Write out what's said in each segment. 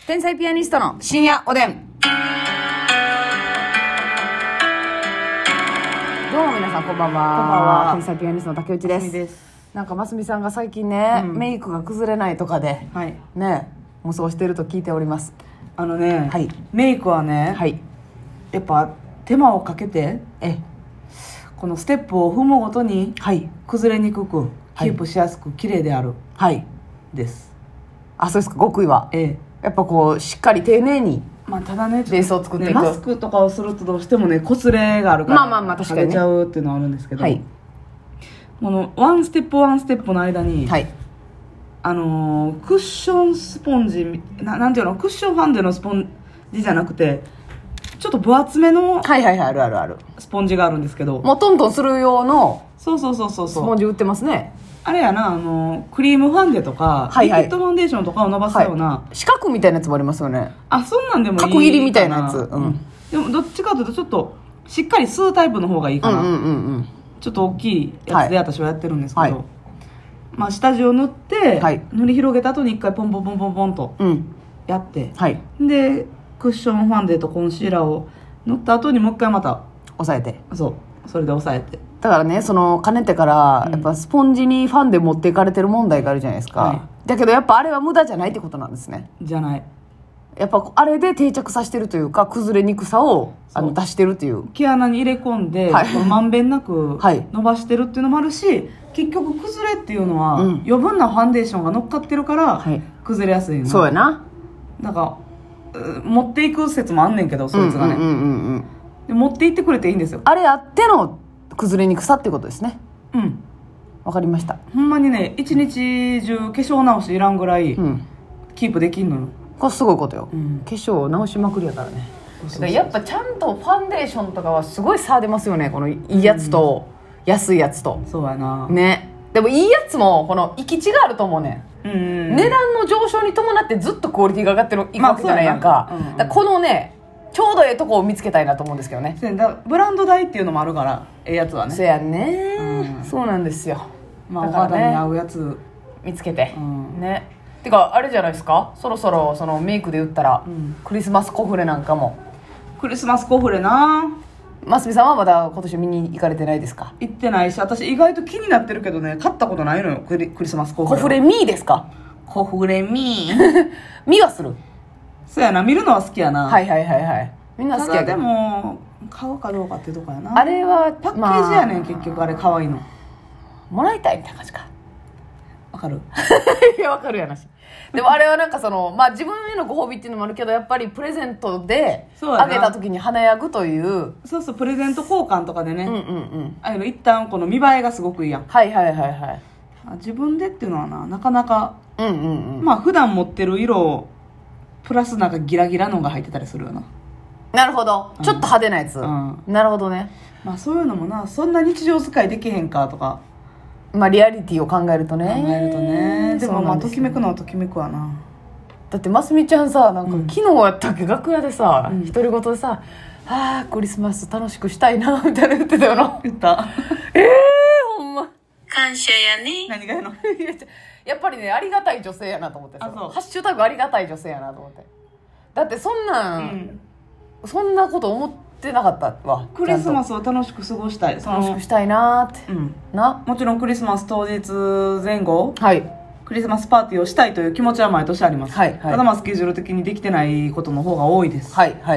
天才ピアニストの深夜おでん。どうも皆さんこんばんは。 こんばんは。 天才ピアニストの竹内です。なんかますみさんが最近ね、メイクが崩れないとかで、 はい、 ね無双してると聞いております。 はい、メイクはね、 はい、 やっぱ手間をかけてこのステップを踏むごとに崩れにくく、キープしやすく綺麗である、です。 あ、そうですか。極意は、やっぱこうしっかり丁寧に、 ただね、 ベースを作っていく、 マスクとかをするとどうしてもね、擦れがあるから確かにね、 剥げちゃうっていうのはあるんですけど、このワンステップワンステップの間に、クッションスポンジなんていうの、クッションファンデのスポンジじゃなくてちょっと分厚めのあるスポンジがあるんですけど、 もうトントンする用のそうスポンジ売ってますね。 あれやな、クリームファンデとか、リキッドファンデーションとかを伸ばすような、 四角みたいなやつもありますよね。 あ、そんなんでもいいかな。 角切りみたいなやつ、 でもどっちかというとちょっとしっかり吸うタイプの方がいいかな、ちょっと大きいやつで私はやってるんですけど、下地を塗って、塗り広げた後に一回ポンポンポンポンポンとやって、でクッションファンデとコンシーラーを塗った後にもう一回また押さえて、 それで押さえて、 だからね、そのかねてから、やっぱスポンジにファンデ持っていかれてる問題があるじゃないですか、だけどやっぱあれは無駄じゃないってことなんですね。 じゃない、 やっぱあれで定着させてるというか、崩れにくさを出してるっていう、 毛穴に入れ込んで、まんべんなく伸ばしてるっていうのもあるし、結局崩れっていうのは、余分なファンデーションが乗っかってるから、崩れやすいの。 そうやな。 だから持っていく説もあんねんけど、そいつがね、で持っていってくれていいんですよ。 あれあっての崩れにくさってことですね。わかりました。 ほんまにね、一日中化粧直しいらんぐらいキープできんのよ。 これすごいことよ、化粧直しまくりやからね。やっぱちゃんとファンデーションとかはすごい差出ますよね、このいいやつと安いやつと。 そうやなね。でもいいやつもこの行き地があると思うねん、値段の上昇に伴ってずっとクオリティが上がってるいくわけじゃないやんか、だからこのね、ちょうどええとこを見つけたいなと思うんですけどね。 ブランド代っていうのもあるから、ええやつはね。 そうやね、そうなんですよ。 お肌に合うやつ見つけて、ね。てかあれじゃないですか、そろそろそのメイクで言ったら、クリスマスコフレなんかも。 クリスマスコフレな、 ますみさんはまだ今年見に行かれてないですか？ 行ってないし、私意外と気になってるけどね、買ったことないのよ、クリスマスコフレ。 コフレミーですか？ コフレミーミはする。 そうやな、見るのは好きやな。 みんな好きやけど、 でも買うかどうかっていうとこやな。 あれはパッケージやねん、結局あれ可愛いのもらいたいみたいな感じか。 わかるいや、わかるやなし。でもあれはなんかその、自分へのご褒美っていうのもあるけど、やっぱりプレゼントであげた時に華やぐという。 そうプレゼント交換とかでね、ああいうの一旦この見栄えがすごくいいやん。自分でっていうのはなかなか、普段持ってる色プラスなんかギラギラのが入ってたりするよな。 なるほど、ちょっと派手なやつ、なるほどね。 そういうのもな、そんな日常使いできへんかとか、 リアリティを考えるとね。 でもときめくのはときめくわな。 だってますみちゃんさ、なんか昨日やったっけ、楽屋でさ、独り言でさ、クリスマス楽しくしたいなみたいな言ってたよな。 言った。 ほんま感謝やね。何がやのやっぱりね、ありがたい女性やなと思ってさ、ハッシュタグありがたい女性やなと思って。だってそんなこと思ってなかったわ。 クリスマスを楽しく過ごしたい、 楽しくしたいなって、 もちろんクリスマス当日前後、クリスマスパーティーをしたいという気持ちは毎年あります。ただスケジュール的にできてないことの方が多いです。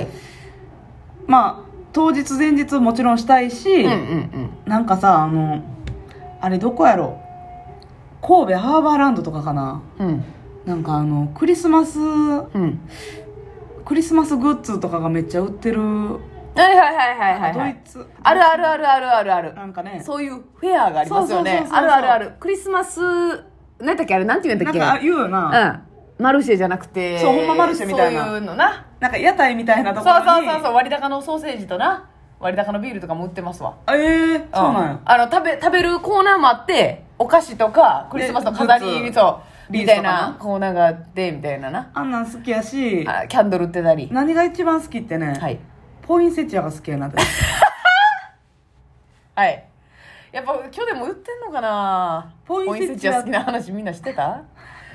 当日前日もちろんしたいし、なんかさ、あれどこやろ、神戸ハーバーランドとかかな、なんかクリスマスグッズとかがめっちゃ売ってる。ドイツあるなんかね、 そういうフェアがありますよね。あるクリスマス何だっけ、あれなんて言うんだっけ、 なんか言うよな、 マルシェじゃなくて、 そうほんまマルシェみたいな、 そういうのな、 なんか屋台みたいなところに、 割高のソーセージとな、割高のビールとかも売ってますわ。 そうなんや。 食べるコーナーもあって、お菓子とかクリスマスの飾りみたいなコーナーがあってみたいなな。 あんなん好きやし、 キャンドル売ってたり。 何が一番好きってね、ポインセチアが好きやなってやっぱ去年も言ってんのかな、ポインセチア好きな話みんなしてた？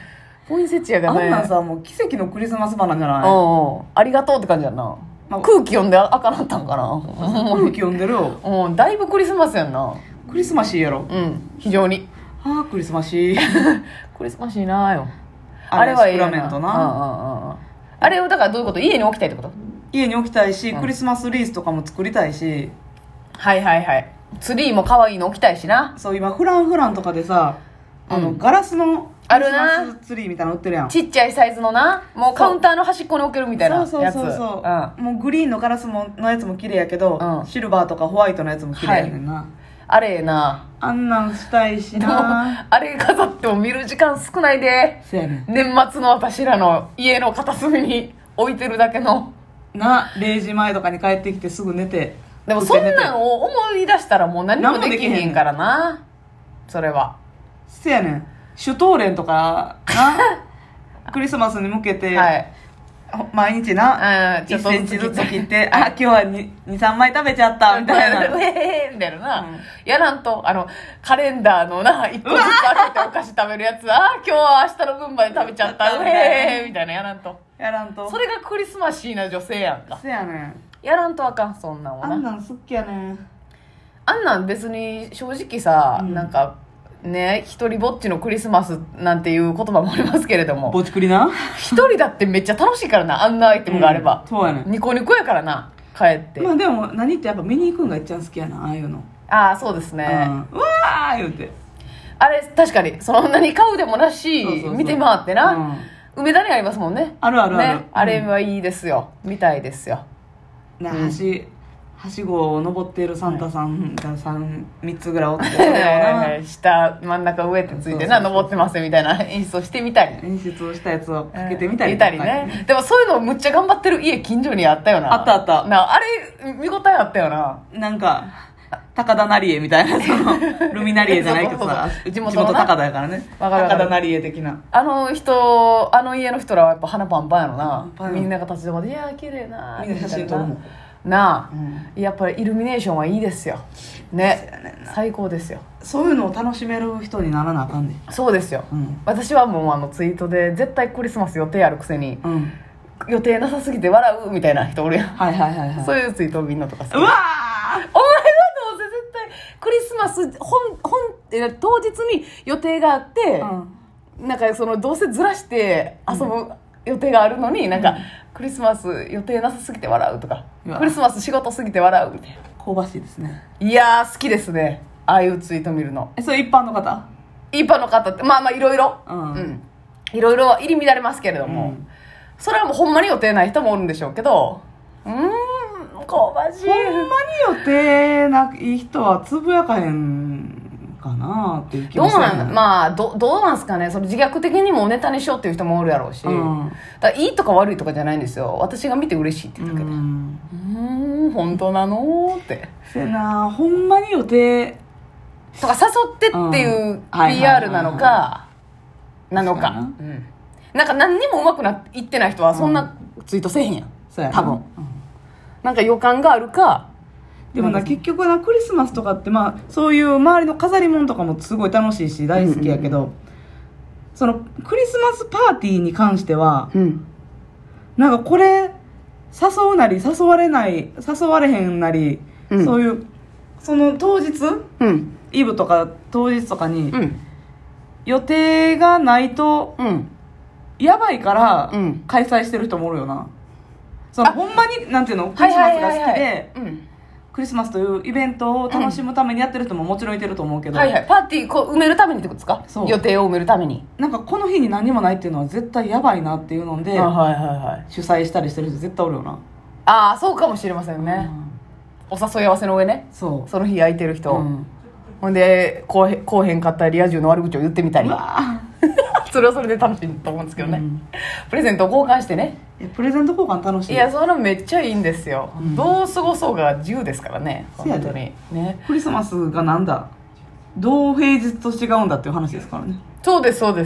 ポインセチアがねあんなんさもう奇跡のクリスマス花じゃない。 ありがとうって感じやんな、空気読んであかなったんかな。 空気読んでるよ。 だいぶクリスマスやんな。 クリスマシーやろ。 非常にクリスマシークリスマシーなよ。 あれはええなシクラメントな。 あれをだからどういうこと、家に置きたいってこと？ 家に置きたいし、クリスマスリースとかも作りたいし。 はいはいはい。ツリーも可愛いの置きたいしな。 そう今フランとかでさガラスのクリスマスツリーみたいなの売ってるやん。 ちっちゃいサイズのな、もうカウンターの端っこに置けるみたいなやつ。 そうもうグリーンのガラスのやつも綺麗やけど、シルバーとかホワイトのやつも綺麗やねんな、 あれええな。 あんなんしたいしな。 あれ飾っても見る時間少ないで。 そうやねん年末の私らの家の片隅に置いてるだけのな。0時前とかに帰ってきてすぐ寝て。 でもそんなんを思い出したらもう何もできへんからな。それはせやねん。シュトーレンとかなクリスマスに向けて、毎日な1センチずつ切って今日は23枚食べちゃったみたいなみたいなな、やらんとカレンダーのな1個ずつ開けてお菓子食べるやつ今日は明日の分まで食べちゃったみたいなやらんとそれがクリスマシーな女性やんか。 せやねん。 やらんとあかん、そんなんはな。 あんなん好きやねん。 あんなん別に正直さ、なんかね、一人ぼっちのクリスマスなんていう言葉もありますけれども、 ぼちくりな。 一人だってめっちゃ楽しいからな、あんなアイテムがあれば、 そうやねん。 ニコニコやからな、帰って。 まあでも何ってやっぱ見に行くんが一番好きやな、ああいうの。 そうですね、 うわー言うてあれ確かにそんなに買うでもなし、見て回ってな、梅田にありますもんね。 あるね、あれはいいですよ、見たいですよ。 はしごを登っているサンタさんが3つぐらいおって下真ん中上ってついてな、登ってますみたいな演出をしてみたり、 演出をしたやつをかけてみたりね。でもそういうのむっちゃ頑張ってる家近所にあったよな。 あったあれ見応えあったよな。 なんか高田成江みたいなルミナリエじゃないけどさ地元高田やからね、高田成江的な。 あの家の人らはやっぱ鼻パンパンやろな。みんなが立ち止まって「いやー綺麗な」 みんな写真撮るもんなあ、やっぱりイルミネーションはいいですよね。最高ですよ。 そういうのを楽しめる人にならなあかんねん。 そうですよ、私はもうツイートで絶対クリスマス予定あるくせに、予定なさすぎて笑うみたいな人おるやん。そういうツイートをみんなとかする。 うわー、 お前はどうせ絶対クリスマス当日に予定があって、なんかどうせずらして遊ぶ予定があるのに、なんか、クリスマス予定なさすぎて笑うとか、クリスマス仕事すぎて笑うみたいな。 香ばしいですね。 いやー好きですね、ああいうツイート見るの。 それ一般の方ってまあいろいろいろいろ入り乱れますけれども、それはもうほんまに予定ない人もおるんでしょうけど、香ばしい。 ほんまに予定ない人はつぶやかへんかなっていう気もする。 どうなんすかね。自虐的にもネタにしようっていう人もおるやろうし、だからいいとか悪いとかじゃないんですよ。私が見て嬉しいってだけで、本当なのってせやな、ほんまに予定とか誘ってっていう PR なのかなんか何にもうまくいってない人はそんなツイートせえへんやん、多分、なんか予感があるか。 でも結局クリスマスとかってそういう周りの飾り物とかもすごい楽しいし大好きやけど、そのクリスマスパーティーに関しては、なんかこれ誘うなり誘われへんなり、そういうその当日、イブとか当日とかに、予定がないと、やばいから開催してる人もおるよな。ほんまになんていうの、クリスマスが好きで、クリスマスというイベントを楽しむためにやってる人ももちろんいてると思うけど、 パーティー埋めるためにってことですか。予定を埋めるために、 なんかこの日に何もないっていうのは絶対やばいなっていうので、主催したりしてる人絶対おるよな。 そうかもしれませんね、お誘い合わせの上ね、その日空いてる人、ほんでこうへんかったリア充の悪口を言ってみたりそれはそれで楽しいと思うんですけどね、プレゼントを交換してね。 プレゼント交換楽しい。 いや、それめっちゃいいんですよ、どう過ごそうが自由ですからね、本当にね。 クリスマスがなんだ、どう平日と違うんだっていう話ですからね。 そうですよ、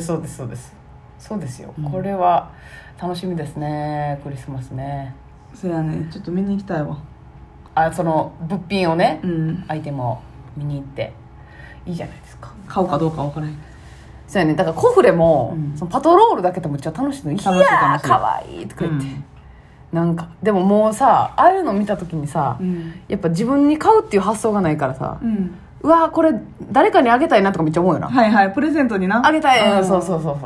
これは楽しみですね、クリスマスね。 そうやね、ちょっと見に行きたいわ。 その物品をね、アイテムを見に行っていいじゃないですか。 買うかどうか分からへん。 そうやね、だからコフレも、そのパトロールだけでもめっちゃ楽しいの。いやーかわいいとか言って、なんかでももうさ、ああいうの見た時にさ、やっぱ自分に買うっていう発想がないからさ、うわーこれ誰かにあげたいなとかめっちゃ思うよな。 はいはい、プレゼントになあげたい、そうそうそうそう、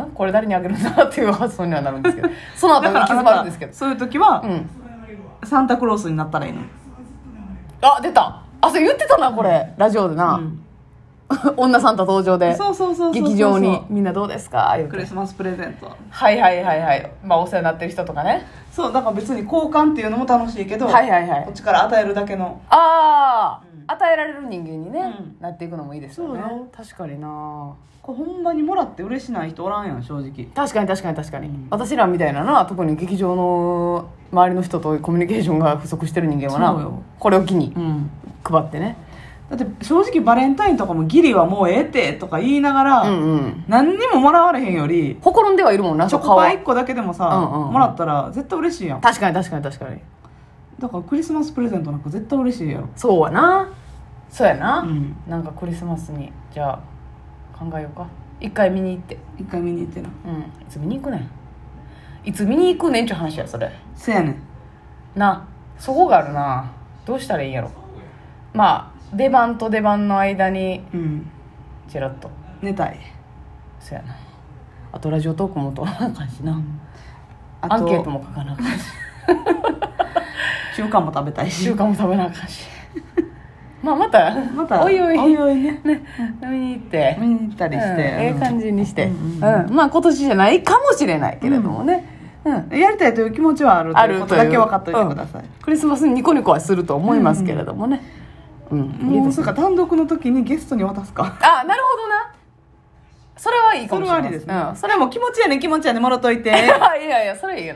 これ誰にあげるんだっていう発想にはなるんですけど、その後に行き詰まるんですけど、 そういう時は、サンタクロースになったらいいの。 あ、出た、あ、それ言ってたな、これラジオでな、女サンタ登場で劇場にみんなどうですかクリスマスプレゼント。 はいはいはいはい、まあお世話になってる人とかね。 そうだから別に交換っていうのも楽しいけど、 はいはいはい、 こっちから与えるだけの、 ああ、与えられる人間にね、なっていくのもいいですよね。確かにな、 これほんまにもらって嬉しない人おらんやん正直。 確かに確かに確かに、私らみたいなな、特に劇場の周りの人とコミュニケーションが不足してる人間はな、これを機に配ってね。 だって正直バレンタインとかもギリはもうええってとか言いながら、何にももらわれへんよりほころんではいるもんな、 チョコパイ1個だけでもさ、もらったら絶対嬉しいやん。 確かに確かに確かに。 だからクリスマスプレゼントなんか絶対嬉しいやろ。 そうやな、そうやな、なんかクリスマスにじゃあ考えようか。一回見に行って、 一回見に行ってな。 いつ見に行くねん、いつ見に行くねんちゅう話やそれ。 せやねんな、そこがあるな。どうしたらいいんやろ。まあ出番と出番の間にチラッと寝たい。 そうやな、あとラジオトークも取らなあかんしな、アンケートも書かなあかんし中華も食べたいし、 中華も食べなあかんしまあまたおいおいね、 見に行って見に行ったりして、 ええ感じにして、まあ今年じゃないかもしれないけれどもね、 やりたいという気持ちはあるということだけ分かっといてください。 クリスマスにニコニコはすると思いますけれどもね、 もうそうか、単独の時にゲストに渡すか。 あ、なるほどな、それはいいかもしれない。 それはありですね、それも気持ちやねもろといていやいやそれいいよ